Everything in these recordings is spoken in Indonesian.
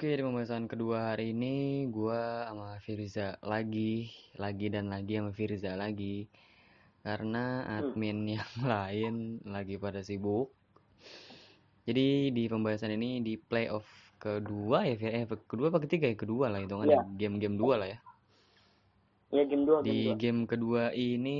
Oke, di pembahasan kedua hari ini gua sama Firza lagi dan lagi sama Firza lagi karena admin yang lain lagi pada sibuk. Jadi di pembahasan ini di playoff kedua ya, kedua apa ketiga ya? Kedua lah hitungannya, Iya, game-game dua lah ya. ya game 2 Di game 2. game kedua ini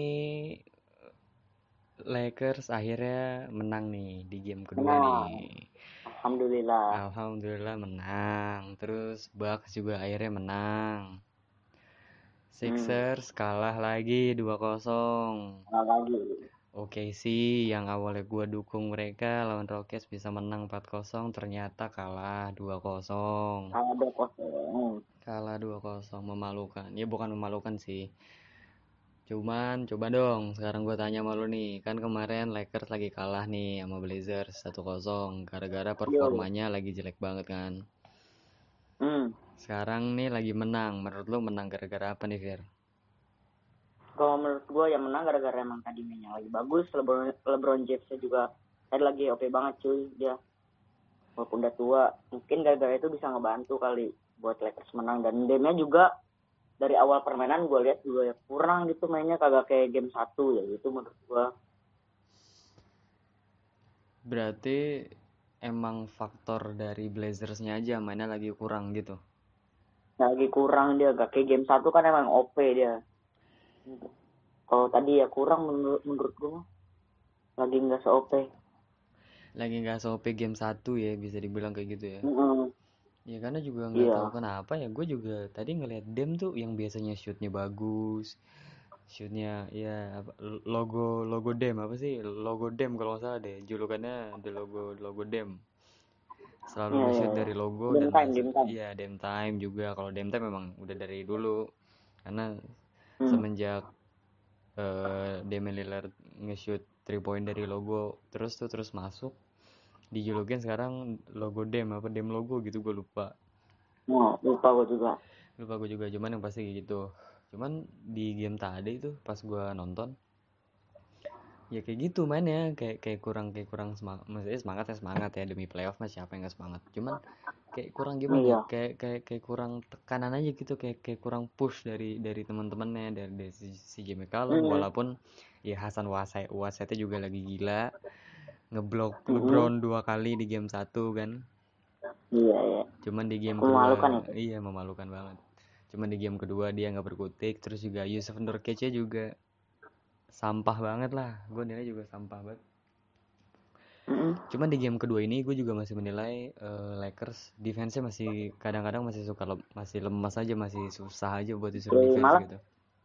Lakers akhirnya menang nih di game kedua nih. Menang. Alhamdulillah. Alhamdulillah menang. Terus Bucks juga akhirnya menang. Hmm, Sixers kalah lagi 2-0. Menang lagi. Oke sih, yang awalnya gua dukung mereka lawan Rockets bisa menang 4-0, ternyata kalah 2-0. Ada kosong. Kalah 2-0, memalukan. Ya bukan memalukan sih. Cuman coba dong, sekarang gua tanya sama lu nih. Kan kemarin Lakers lagi kalah nih sama Blazers 1-0 gara-gara Yo. performanya lagi jelek banget kan. Hmm. Sekarang nih lagi menang. Menurut lu menang gara-gara apa nih, Fir? Kalau menurut gue yang menang gara-gara emang tadi mainnya lagi bagus. LeBron James juga tadi lagi OP banget cuy dia. Walaupun udah tua, mungkin gara-gara itu bisa ngebantu kali buat Lakers menang. Dan game-nya juga dari awal permainan gue lihat juga ya kurang gitu mainnya, kagak kayak game 1 ya gitu menurut gue. Berarti emang faktor dari Blazersnya aja mainnya lagi kurang gitu. Lagi kurang dia, gak kayak game 1 kan emang OP dia. Kalau tadi ya kurang menurut gue, lagi nggak se-OP. Lagi nggak SOP game satu ya, bisa dibilang kayak gitu ya. Mm-mm. Ya karena juga nggak tahu Iya. kenapa ya, gue juga tadi ngeliat Dem tuh yang biasanya shootnya bagus, shootnya ya logo logo Dem apa sih, logo Dem kalau nggak salah deh, julukannya the logo logo Dem. Selalu Iya, iya, nge-shoot iya. dari logo Game dan time, masuk. game time. Iya, Dem Time juga. Kalau Dem Time memang udah dari dulu, karena Hmm. semenjak Damian Lillard nge-shoot 3 point dari logo terus masuk, dijulukin sekarang logo Dem apa Dem logo gitu, gue lupa. Oh, lupa gue juga. Lupa gue juga, cuman yang pasti kayak gitu. Cuman di game tadi tuh pas gue nonton, ya kayak gitu mainnya, kayak kurang semangat. Maksudnya semangat ya, demi playoff mah siapa yang gak semangat. Cuman kayak kurang gimana ya, Iya. kayak kurang tekanan aja gitu, kayak kurang push dari teman-temannya, dari si Jimmy Callum. Mm-mm. Walaupun ya Hasan Wasetnya juga lagi gila, ngeblok Mm-mm. LeBron 2 kali di game satu kan. Iya, iya. Cuman di game kedua, Memalukan itu. iya memalukan banget. Cuman di game kedua dia nggak berkutik. Terus juga Yusuf Nurkic juga sampah banget lah, gue nilai juga sampah banget. Mm-mm. Cuman di game kedua ini gue juga masih menilai Lakers defense-nya masih kadang-kadang masih masih lemas aja, masih susah aja buat disuruh Jadi defense malah gitu.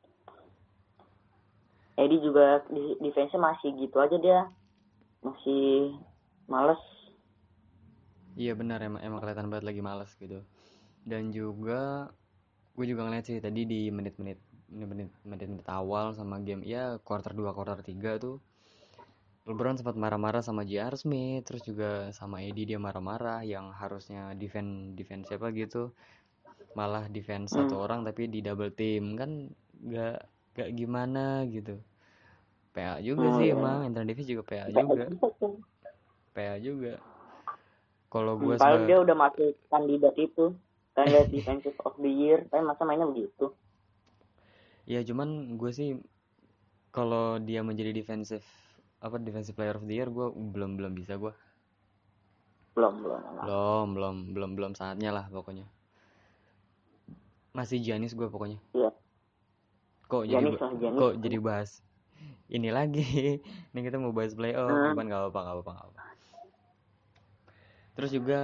Eddie juga di defense-nya masih gitu aja dia. Masih males. Iya benar, emang kelihatan banget lagi malas gitu. Dan juga gue juga ngeliat sih tadi di menit-menit awal sama game ya, quarter 2 quarter 3 tuh LeBron sempat marah-marah sama J.R. Smith, terus juga sama AD dia marah-marah yang harusnya defense defense siapa gitu, malah defense satu Hmm. orang tapi di double team kan, nggak nggak gimana gitu. PA juga Oh, sih, iya, emang iya. Anthony Davis juga PA Kayak juga, gitu tuh. PA juga. Kalau gue Kalau dia sebagai, udah masuk kandidat itu. Kandidat Defensive of the Year. Tapi masa mainnya begitu. ya cuman gue sih kalau dia menjadi defensive player of the year, gue belum bisa gue. Belum, belum. Emang. Belum saatnya lah pokoknya. Masih Giannis gue pokoknya. Iya. kok jadi Janis lah, Janis. kok jadi bahas ini lagi. Ini kita mau bahas playoff, Hmm. cuman nggak apa-apa. Terus juga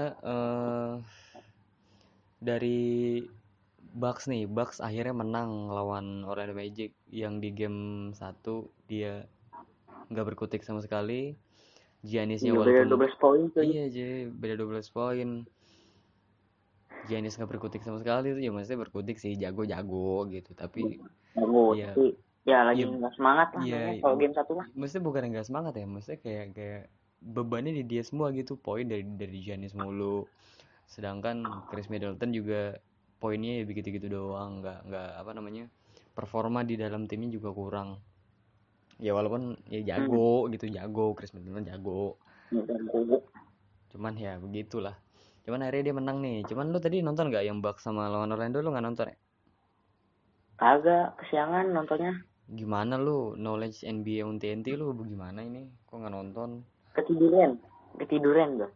dari Bucks nih, Bucks akhirnya menang lawan Orlando Magic yang di game satu dia nggak berkutik sama sekali. Giannisnya Iya, beda walaupun 12 poin tuh. iya aja beda 12 poin. Giannis nggak berkutik sama sekali tuh, ya maksudnya berkutik sih, jago-jago gitu, tapi Bagus, ya tapi ya lagi ya nggak semangat lah ya mainnya kalau game 1 mah. maksudnya bukan nggak semangat ya, maksudnya kayak bebannya di dia semua gitu, poin dari Giannis mulu. Sedangkan Chris Middleton juga poinnya ya begitu-gitu doang, nggak apa namanya, performa di dalam timnya juga kurang. Ya walaupun ya Hmm. jago gitu, jago Chris Middleton jago. Dan kubu. Cuman ya begitulah. Cuman akhirnya dia menang nih. Cuman lu tadi nonton nggak yang Bucks sama lawan Orlando? Lu nggak nonton ya? Kagak, kesiangan nontonnya. Gimana lu knowledge NBA on TNT lu gimana ini? Kok nggak nonton? Ketiduran gue.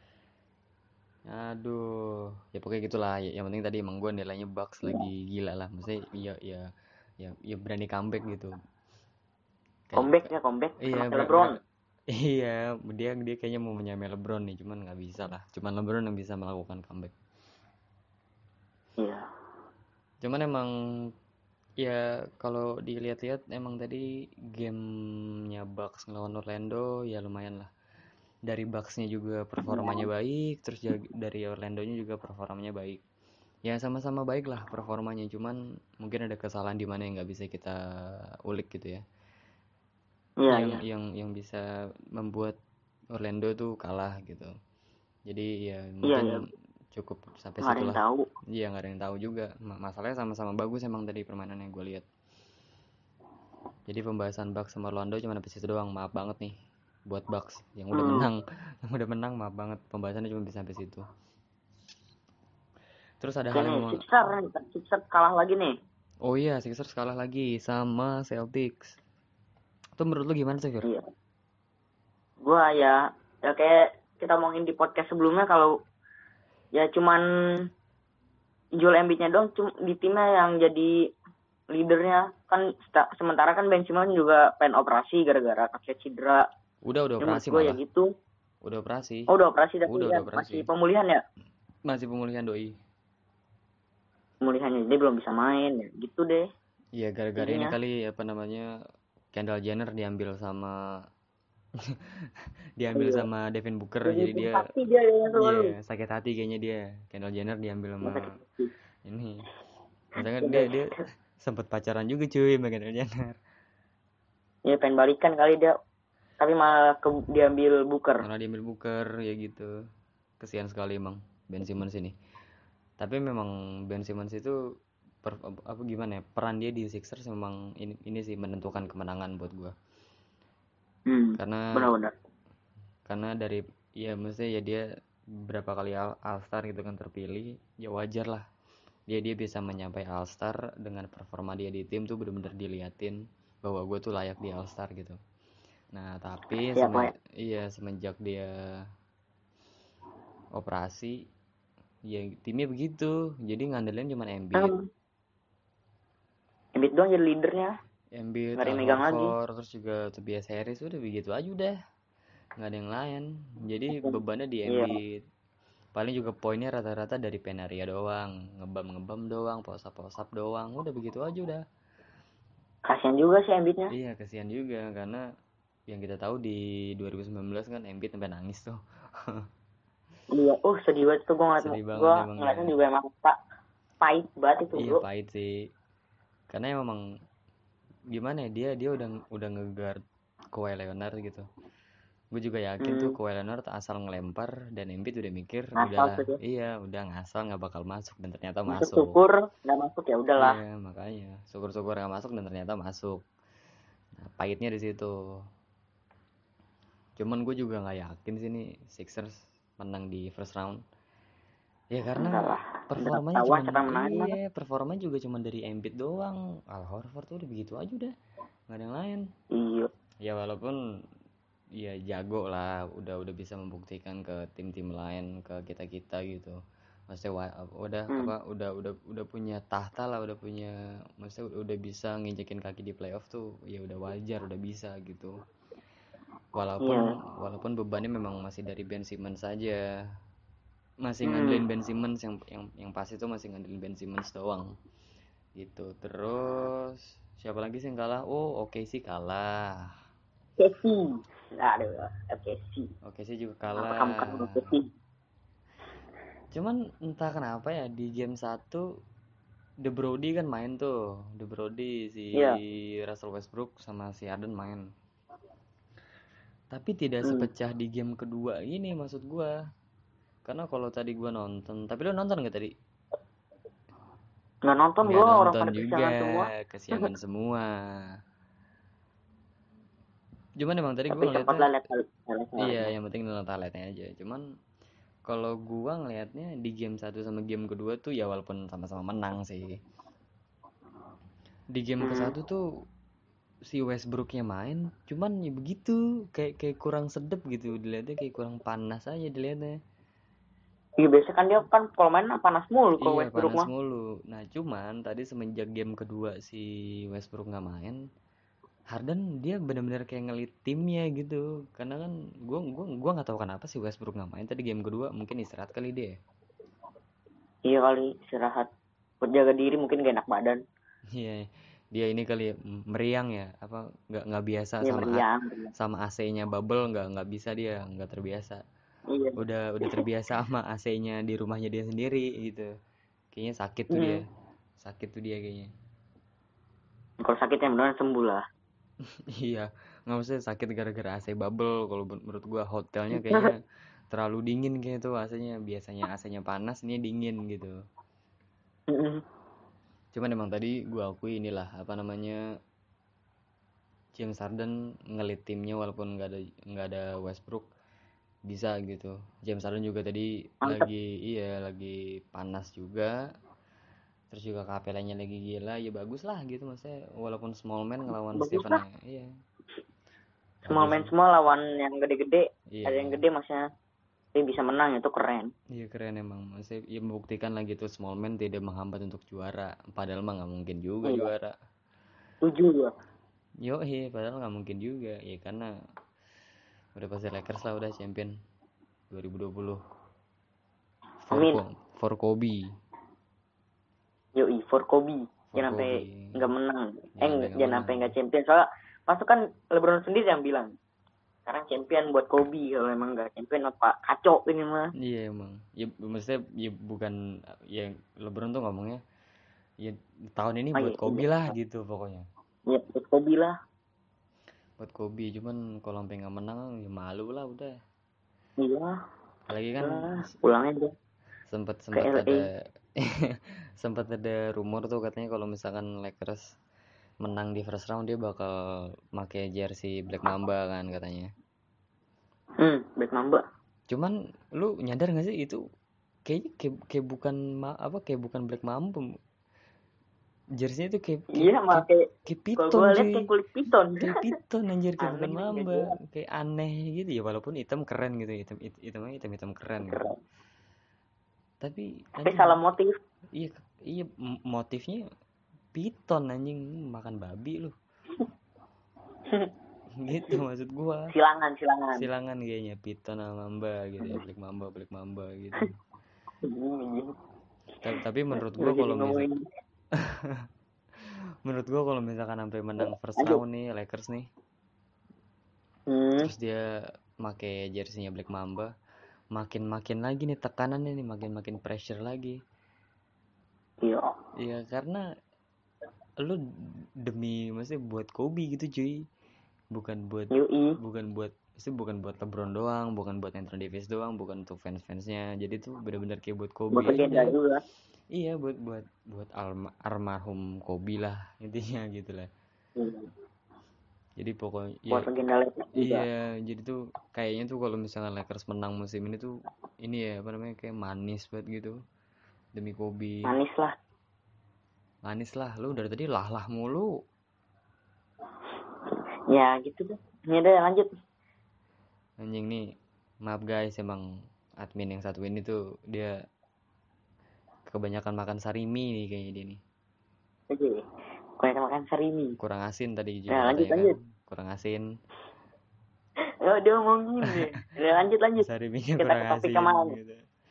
Aduh, ya pokoknya gitulah. Yang penting tadi emang gue nilainya Bucks lagi gila lah. Maksudnya ya berani comeback gitu. Kayak Comeback iya sama LeBron. iya dia kayaknya mau menyamai LeBron nih, cuman nggak bisa lah. Cuman LeBron yang bisa melakukan comeback. Iya. Cuman emang ya kalau dilihat-lihat emang tadi gamenya Bucks ngelawan Orlando ya lumayan lah. Dari Bucks-nya juga performanya baik, terus dari Orlando-nya juga performanya baik. Ya sama-sama baik lah performanya, cuman mungkin ada kesalahan di mana yang nggak bisa kita ulik gitu ya. Iya, Yang iya. yang bisa membuat Orlando tuh kalah gitu. Jadi ya Iya, iya. mungkin cukup sampai Nggak ada yang situlah. tahu. Iya nggak ada yang tahu juga. Masalahnya sama-sama bagus emang tadi permainan yang gue lihat. Jadi pembahasan Bucks sama Orlando cuma sampai situ doang. Maaf banget nih buat Bucks yang udah menang. Yang udah menang maaf banget pembahasannya cuma bisa sampai situ. Terus ada Oke hal yang nih, mau. Sixers kalah lagi nih. Oh iya, Sixers kalah lagi sama Celtics. Itu menurut lu gimana sih, Fir? Iya. Gua ya kayak kita omongin di podcast sebelumnya, kalau ya cuman Joel Embiid-nya dong di timnya yang jadi leadernya kan, sementara kan Ben Simmons juga pengen operasi gara-gara kaki cedera. Udah Ya, menurut operasi gue ya malah. gitu. Udah operasi. Udah operasi tapi Udah ya operasi. masih pemulihan ya. Masih pemulihan doi. Pemulihannya dia belum bisa main ya gitu deh. Iya, gara-gara ini Intinya. kali apa namanya Kendall Jenner diambil sama Iya. Devin Booker, Jadi jadi dia pasti dia yang selalu. iya sakit hati kayaknya dia. Kendall Jenner diambil Ya, sama sakit hati. ini. Misalkan Iya. dia sempet pacaran juga cuy sama Kendall Jenner. Ya pengen balikan kali dia, tapi malah diambil Booker. Malah diambil Booker ya gitu. Kesian sekali emang Ben Simmons ini. Tapi memang Ben Simmons itu apa gimana ya? Peran dia di Sixers memang ini sih menentukan kemenangan buat gua. Karena Benar-benar. dari ya maksudnya ya dia berapa kali All Star gitu kan terpilih, ya wajar lah dia bisa menyampai All Star dengan performa dia di tim tuh bener-bener diliatin bahwa gue tuh layak di All Star gitu. Nah tapi semenjak dia operasi ya timnya begitu, jadi ngandelin cuma Embiid. Embiid doang jadi leadernya. Embiid, Nggak ada Al yang megang lagi. Horford, terus juga Tobias Harris, udah begitu aja udah, nggak ada yang lain. Jadi bebannya di Embiid. Paling juga poinnya rata-rata dari Penaria doang, ngebam doang, post up doang, udah begitu aja udah. Kasian juga sih Embiidnya. Iya kasihan juga karena yang kita tahu di 2019 kan Embiid sampai nangis tuh. Iya, sedih banget tuh gue Sedih banget ngeliat. emang Ngeliatnya ya. juga emang pahit banget itu. Iya pahit sih. Karena emang gimana ya, dia udah ngeguard Kawhi Leonard gitu. Gue juga yakin tuh Kawhi Leonard asal ngelempar dan Embiid udah mikir udahlah, iya udah ngasal nggak bakal masuk dan ternyata masuk. Syukur nggak masuk ya udahlah. Iya makanya syukur nggak masuk dan ternyata masuk. Nah, pahitnya di situ. Cuman gue juga nggak yakin sih nih Sixers menang di first round. Ya karena performanya juga cuma dari Embiid doang. Al Horford tuh udah begitu aja udah, nggak ada yang lain. Iya. Ya walaupun ya jago lah, udah bisa membuktikan ke tim-tim lain, ke kita gitu. Maksudnya udah punya tahta lah, maksudnya udah bisa nginjekin kaki di playoff tuh, ya udah wajar, udah bisa gitu. Walaupun bebannya memang masih dari Ben Simmons saja, masih ngandelin Ben Simmons yang pas itu masih ngandelin Ben Simmons doang gitu. Terus siapa lagi sih yang kalah? Oke sih kalah. Oke sih juga kalah. Cuman entah kenapa ya di game 1 The Brody kan main tuh. The Brody si Russell Westbrook sama si Harden main. Tapi tidak sepecah di game kedua ini maksud gua. Karena kalau tadi gua nonton, tapi lo nonton nggak tadi? Nggak nonton, gua orang pada juga, kesiangan semua. Cuman emang tadi gue ngeliatnya, iya yang penting nonton highlightnya aja. Cuman Kalau gua ngelihatnya di game 1 sama game kedua tuh ya walaupun sama-sama menang sih. Di game ke-1 tuh si Westbrooknya main, cuman ya begitu, kayak kurang sedep gitu dilihatnya, kayak kurang panas aja dilihatnya. Iya biasa kan dia kan kalau main panas mulu kalau Iya Westbrook panas mah. mulu. Nah cuman tadi semenjak game kedua si Westbrook nggak main, Harden dia benar-benar kayak ngelit timnya gitu. Karena kan gua nggak tahu kenapa si Westbrook nggak main tadi game kedua, mungkin istirahat kali dia. Iya kali istirahat buat jaga diri, mungkin gak enak badan. Iya, dia ini kali ya, meriang ya, apa nggak biasa Iya sama meriang, meriang. sama AC-nya bubble, nggak bisa dia, nggak terbiasa. Iya. Udah terbiasa sama AC-nya di rumahnya dia sendiri gitu. Kayaknya sakit tuh dia kayaknya. Kalau sakitnya beneran sembuh lah. Iya, nggak usah sakit gara-gara AC bubble. Kalau menurut gua hotelnya kayaknya terlalu dingin kayak tuh AC-nya. Biasanya AC-nya panas, ini dingin gitu. Cuman emang tadi gua akui inilah apa namanya, James Harden ngelit timnya walaupun nggak ada Westbrook bisa gitu. James Harden juga tadi Mantep. lagi panas juga. Terus juga Capellanya lagi gila, ya bagus lah gitu maksudnya, walaupun small man ngelawan Bagus Stephen lah. A. Iya, Semua bagus main lah. semua lawan yang gede-gede. Ada yang Iya. gede maksudnya. Dia bisa menang, itu keren. Iya keren emang, maksudnya ya membuktikan lagi tuh small man tidak menghambat untuk juara, padahal mah nggak mungkin juga Iya. juara. 7 gua. Padahal nggak mungkin juga ya, karena udah pasti Lakers lah udah champion 2020 Amin. for Kobe. Yoi, for Kobe. For Jangan sampai Kobe nggak menang. jangan sampai nggak Jangan menang. sampai nggak champion. Soalnya pas itu kan LeBron sendiri yang bilang, sekarang champion buat Kobe. Kalau emang nggak champion apa kacau ini mah. Iya emang, ya maksudnya ya bukan, ya LeBron tuh ngomongnya ya tahun ini Oh buat iya, Kobe iya. lah gitu pokoknya, Ya, buat Kobe lah. buat Kobe. Cuman kalau sampai nggak menang ya malu lah udah. Iya. Apalagi kan Pulangnya dia sempat ke sempat LA. ada sempat ada rumor tuh katanya kalau misalkan Lakers menang di first round dia bakal pakai jersey Black Mamba kan katanya. Black Mamba. Cuman lu nyadar gak sih itu kayaknya kayak bukan kayak bukan Black Mamba, jersey itu kayak kayak Iya, kayak, pakai. kayak Kalau piton gue lihat cuy, kayak kulit piton. kayak piton anjir, kayak Aneh bukan nih, nggak Mamba, jelas. kayak aneh gitu ya, walaupun hitam keren gitu, hitam keren gitu, Keren. tapi Tapi anjing. salah motif. Iya, iya, motifnya piton anjing, makan babi lu. Gitu maksud gua. Silangan. Silangan kayaknya piton sama mamba gitu ya, Black Mamba gitu. Tapi menurut Udah gua jadi kalau ngomongin. misalkan sampai menang first Lanjut. round nih Lakers nih, Hmm. terus dia make jersey-nya Black Mamba, makin lagi nih tekanannya nih, makin pressure lagi. Iya. Iya, karena lu demi maksudnya buat Kobe gitu cuy, bukan buat Yui. bukan buat LeBron doang, bukan buat Anthony Davis doang, bukan untuk fans-fansnya. Jadi tuh bener-bener kayak buat Kobe Buat legenda aja. juga. Iya, buat almarhum Kobe lah intinya gitu lah. Jadi pokoknya ya, Buat legenda Lakers juga. iya, jadi tuh kayaknya tuh kalau misalnya Lakers menang musim ini tuh ini ya apa namanya, kayak manis banget gitu demi Kobe. Manis lah, lu dari tadi lah mulu. Ya gitu deh. Ini deh lanjut. Anjing nih, maaf guys, emang admin yang satu ini tuh dia kebanyakan makan sarimi nih kayaknya dia nih. Oke. Kayak makan sarimi. Kurang asin tadi juga Nah, katanya kan. lanjut. Kurang asin. Oh, dia ngomongin nih. Lanjut. Sariminya Kita kurang ke topik asin kemana? gitu.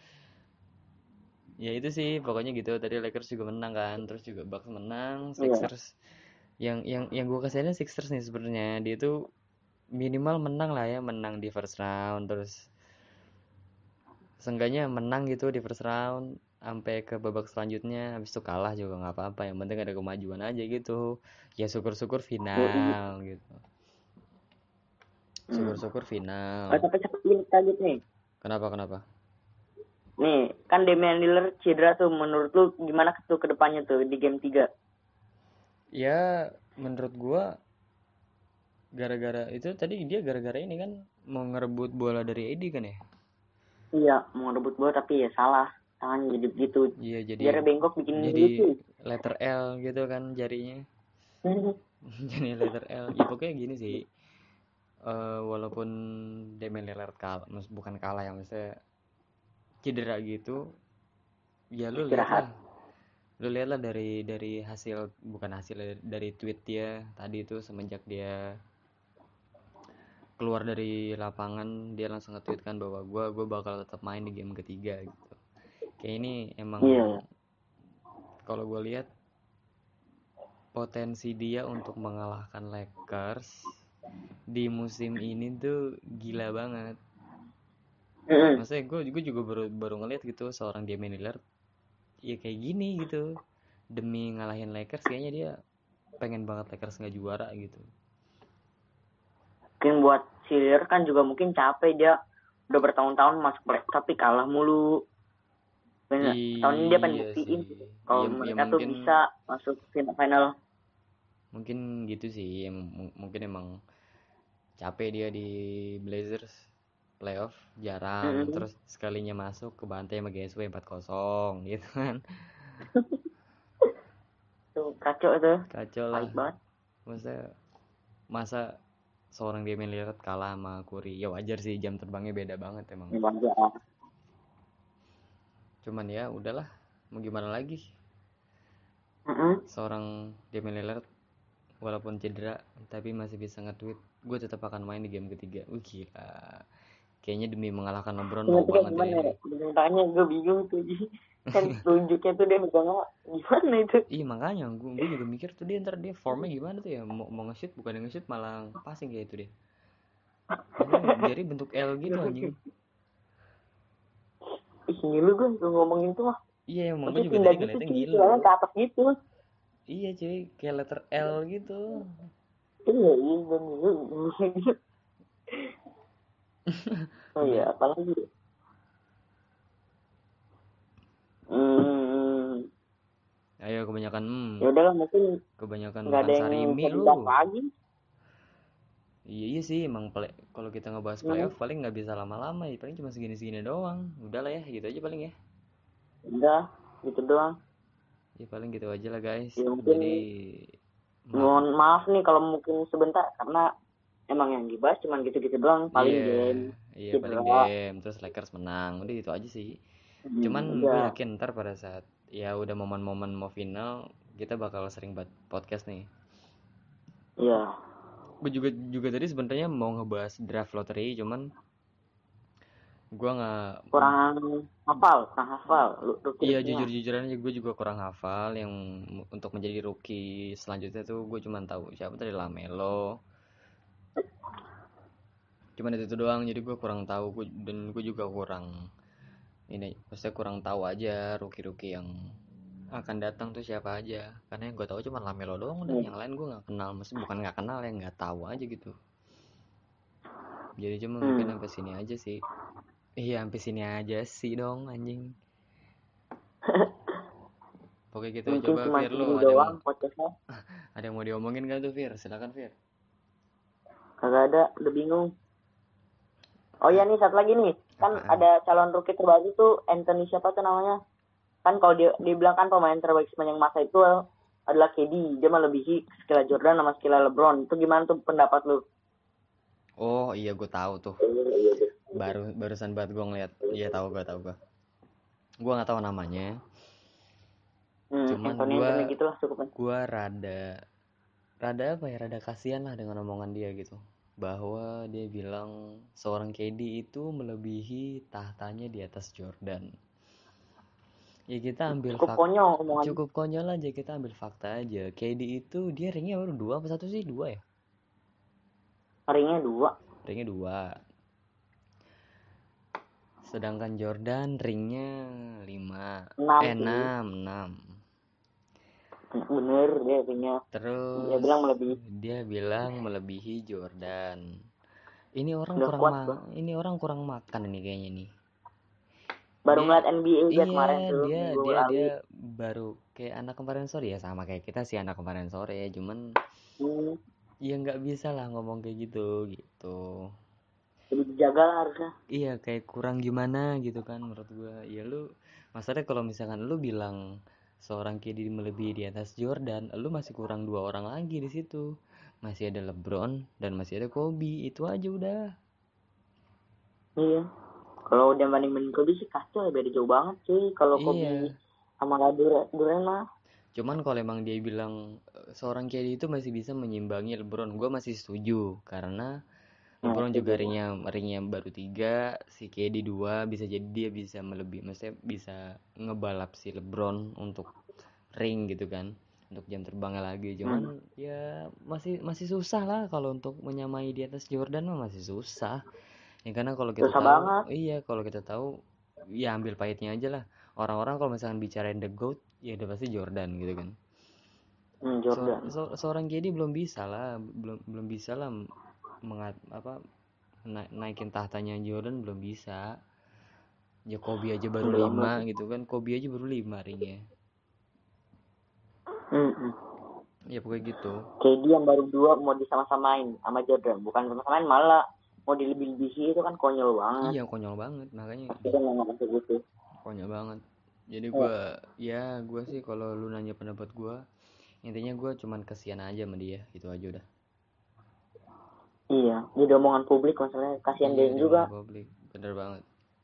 Ya itu sih pokoknya gitu. Tadi Lakers juga menang kan, terus juga Bucks menang, Iya. Sixers. Yang gue kasihannya Sixers nih sebenarnya. Dia tuh minimal menang lah ya, menang di first round, terus seenggaknya menang gitu di first round sampai ke babak selanjutnya, habis itu kalah juga nggak apa-apa, yang penting ada kemajuan aja gitu. Ya syukur-syukur Yoi. final gitu, syukur-syukur final. Tapi cepet ini lanjut nih. Kenapa Nih, kan Damian Lillard cedera tuh. Menurut lu gimana tuh ke depannya tuh di game 3? ya? Menurut gua gara-gara itu tadi, dia gara-gara ini kan mau ngerebut bola dari Edi kan ya. Iya, mau rebut bola tapi ya salah. Tangannya jadi begitu. Iya, Biar bengkok bikin jadi lucu. letter L gitu kan jarinya. Jadi letter L. Ya pokoknya gini sih. Walaupun Damian Lillard kalah, bukan kalah ya, maksudnya cedera gitu, ya Istirahat. lu lihatlah dari hasil, bukan hasil, dari tweet dia tadi itu semenjak dia keluar dari lapangan, dia langsung nge-tweet kan bahwa gue bakal tetap main di game ketiga gitu. Kayak ini emang, Iya. kalau gue lihat potensi dia untuk mengalahkan Lakers di musim ini tuh gila banget. Maksudnya gue juga baru ngeliat gitu seorang Damian Lillard ya kayak gini gitu, demi ngalahin Lakers kayaknya dia pengen banget Lakers nggak juara gitu. Mungkin buat Silir kan juga mungkin capek, dia udah bertahun-tahun masuk play tapi kalah mulu. Bener. Tahun ini dia pengen Iya buktiin sih, kalau ya mereka tuh mungkin, bisa masuk final. gitu sih ya, mungkin emang capek dia di Blazers playoff jarang, Mm-mm. terus sekalinya masuk ke bantai sama GSW 4-0 gitu kan. Tuh kacau itu, Kacau lah. baik banget. Maksudnya masa seorang Damian Lillard kalah sama Curry, ya wajar sih, jam terbangnya beda banget emang. Bangga. Cuman ya udahlah, mau gimana lagi, seorang Damian Lillard walaupun cedera tapi masih bisa nge-tweet gue tetap akan main di game ketiga. Gila, kayaknya demi mengalahkan LeBron mau Nanti kayak banget ya gimana ini. ya? Beritanya gue bingung tuh. Kan tunjuknya tuh dia megangnya gimana itu? Iya makanya gue juga mikir tuh dia ntar dia formnya gimana tuh ya, mau nge-shoot bukan nge-shoot malah passing kayak itu dia. Ini jari bentuk L gitu anjing. Ih, ngilu gue ngomongin tuh mah. Iya emang gue Maksudnya juga pindah tadi gitu ngeliatnya cuy, ngilu. jalan ke atas gitu. Iya cuy, kayak letter L gitu. Iya, iya, gue ngilu. Oh iya, Kebany- apalagi? Hmm, Ayo kebanyakan ya udahlah mungkin kebanyakan nggak makan ada yang sarimi bisa lu. dibahas lagi. Iya iya sih emang kalau kita ngebahas Hmm, playoff paling nggak bisa lama-lama ya, paling cuma segini-segini doang. Udahlah ya, gitu aja paling ya. udah, gitu doang. Ya paling gitu aja lah guys. Ya Jadi mungkin maaf. mohon maaf nih kalau mungkin sebentar karena emang yang dibahas cuman gitu-gitu doang, paling Iya, game, iya paling cedera. game terus Lakers menang. Udah itu aja sih. Cuman gue Udah, yakin ntar pada saat ya udah momen-momen mau final kita bakal sering buat podcast nih. iya. Gue juga tadi sebenarnya mau ngebahas draft lottery, cuman gue nggak. Kurang hafal lu Iya rookie-nya. jujur-jujuran aja gue juga kurang hafal yang untuk menjadi rookie selanjutnya tuh gue cuma tahu siapa tadi, Lamelo. Cuman itu doang, jadi gue kurang tahu, dan gue juga kurang ini, maksudnya kurang tahu aja rookie-rookie yang akan datang tuh siapa aja. Karena yang gue tahu cuma Lamelo doang, udah yang lain gue nggak kenal, maksudnya bukan nggak kenal ya, nggak tahu aja gitu. Jadi cuma mungkin sampai sini aja sih. Iya sampai sini aja sih dong anjing. Oke gitu, Mungkin coba cuma Fir, lu segini doang podcastnya. ada yang mau diomongin kan tuh Fir? Silakan Fir. Kagak ada, udah bingung. Oh iya nih, satu lagi nih. Kan Apaan? ada calon rookie terbaru tuh, Anthony siapa tuh namanya? Kan kalau dia dibilang kan pemain terbaik sepanjang masa itu adalah KD. Dia melebihi skill Jordan sama skill LeBron. Itu gimana tuh pendapat lu? Oh iya gue tahu tuh. Barusan banget gue ngeliat. Iya tahu gue. Gue nggak tahu namanya. Cuman Anthony gitu lah cukupnya. gue rada apa ya? Rada kasihan lah dengan omongan dia gitu. Bahwa dia bilang seorang KD itu melebihi tahtanya di atas Jordan. Ya kita ambil Cukup konyol omongan. cukup konyol aja, kita ambil fakta aja. KD itu dia ringnya baru 2 apa 1 sih? 2 ya? Ringnya 2. Ringnya 2. Sedangkan Jordan ringnya 5. 6 sih. 6. Bener dia ringnya. Dia Terus bilang melebihi. dia bilang melebihi Jordan. Ini orang Udah kurang kuat tuh. ini orang kurang makan ini kayaknya nih. Baru Dia ngeliat NBA dia iya, kemarin tuh dia minggu dia lalu. dia baru kayak anak kemarin sore ya, sama kayak kita sih anak kemarin sore, cuman Hmm, ya nggak bisa lah ngomong kayak gitu gitu. lebih dijaga lah harusnya. Iya, kayak kurang gimana gitu kan menurut gua. Ya lu masalahnya kalau misalkan lu bilang seorang KD melebihi di atas Jordan, lu masih kurang dua orang lagi di situ. Masih ada LeBron dan masih ada Kobe. Itu aja udah. Iya, kalau udah banding Kobe sih kacau ya, beda jauh banget sih kalau Kobe Iya. sama Durant mah. Cuman kalau emang dia bilang seorang KD itu masih bisa menyimbangi LeBron, gua masih setuju karena Nah, LeBron juga setuju. ringnya baru 3, si KD 2, bisa jadi dia bisa melebihi, maksudnya bisa ngebalap si LeBron untuk ring gitu kan, untuk jam terbangnya lagi. Hmm. Cuman ya masih masih susah lah kalau untuk menyamai di atas Jordan mah masih susah. Ya karena kalau kita Susah tahu, banget. iya kalau kita tahu ya ambil pahitnya aja lah. Orang-orang kalau misalkan bicarain the GOAT, ya udah pasti Jordan gitu kan. Jordan. Seorang KD belum bisa lah, belum belum bisa lah naikin tahtanya Jordan belum bisa. Ya Kobe aja baru Belum 5 lagi. gitu kan. Kobe aja baru 5 ringnya. Hmm. Ya pokoknya gitu. KD yang baru 2 mau disama-samain sama Jordan, bukan sama-samain malah mau dilebih-lebihi, itu kan konyol banget. Iya konyol banget makanya Pasti kan ngomong kayak gitu. konyol banget. Jadi Ya. gue sih kalau lu nanya pendapat gue, intinya gue cuman kesian aja sama dia, itu aja udah. Iya, jadi omongan publik masalahnya, kasihan Iya dia di juga. omongan publik, bener banget.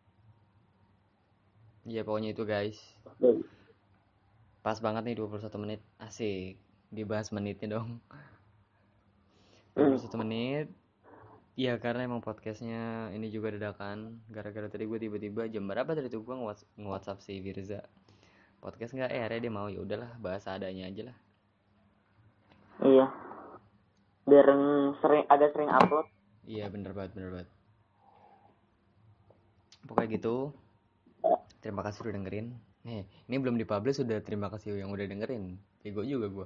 Iya pokoknya itu guys. Jadi, Pas banget nih 21 menit. Asik. Dibahas menitnya dong. 21 menit. Iya karena emang podcastnya ini juga dadakan. Gara-gara tadi gue tiba-tiba jam berapa tadi tuh gue nge-WhatsApp si Firza. Podcast nggak? Akhirnya dia mau, ya udahlah bahas adanya aja lah. iya, biar agak sering upload. Iya bener banget bener banget. Pokoknya gitu. Terima kasih udah dengerin. Ini belum dipublish sudah terima kasih yang udah dengerin. Bego juga gue.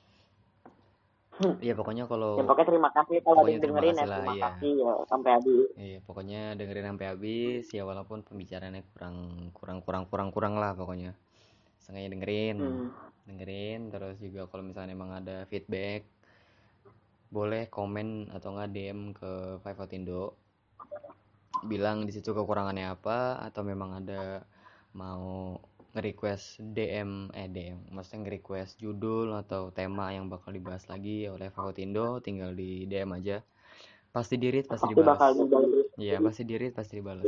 Iya pokoknya Ya kalau pokoknya terima kasih kalau ada pokoknya yang terima dengerin kasih ya, lah terima iya. kasih ya sampai habis. Iya pokoknya dengerin sampai habis ya walaupun pembicaraannya kurang lah pokoknya. Sengaja dengerin terus juga kalau misalnya emang ada feedback boleh komen atau nggak DM ke Five Out Indo, bilang di situ kekurangannya apa atau memang ada mau nge-request DM maksudnya nge-request judul atau tema yang bakal dibahas lagi oleh Five Out Indo, tinggal di DM aja, pasti di-read pasti Pasti dibalas. bakal dibalas. Iya pasti di-read pasti dibalas,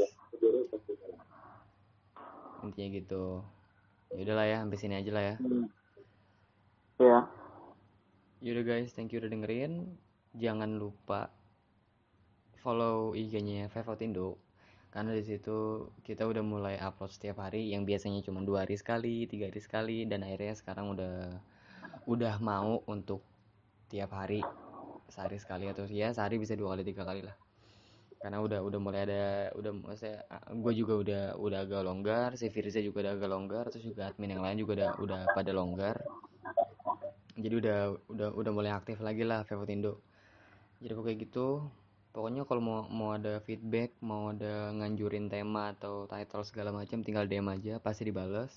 intinya gitu. Ya udahlah ya sampai sini aja lah ya. Ya. Yaudah guys, thank you udah dengerin. Jangan lupa follow IG-nya Five Out Indo karena di situ kita udah mulai upload setiap hari yang biasanya cuma 2 hari sekali, 3 hari sekali, dan akhirnya sekarang udah mau untuk tiap hari, sehari sekali atau ya sehari bisa 2 kali 3 kali lah. Karena udah mulai ada, udah maksudnya gue juga udah agak longgar, si Firza juga udah agak longgar, terus juga admin yang lain juga udah pada longgar. Jadi udah mulai aktif lagi lah Five Out Indo. Jadi pokoknya gitu. Pokoknya kalau mau ada feedback, mau ada nganjurin tema atau title segala macam, tinggal DM aja, pasti dibales.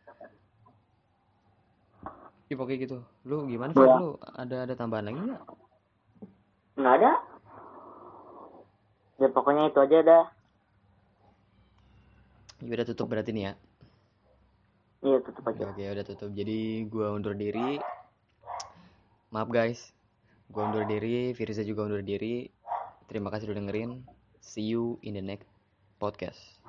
Ya pokoknya gitu. Lu gimana Fir? Ya. Lu ada tambahan lagi nggak? Nggak ada. Ya pokoknya itu aja dah. Ya udah tutup berarti nih ya. Iya, tutup aja. Oke, udah tutup. Jadi gua undur diri. Maaf guys. Gua undur diri, Firza juga undur diri. Terima kasih udah dengerin. See you in the next podcast.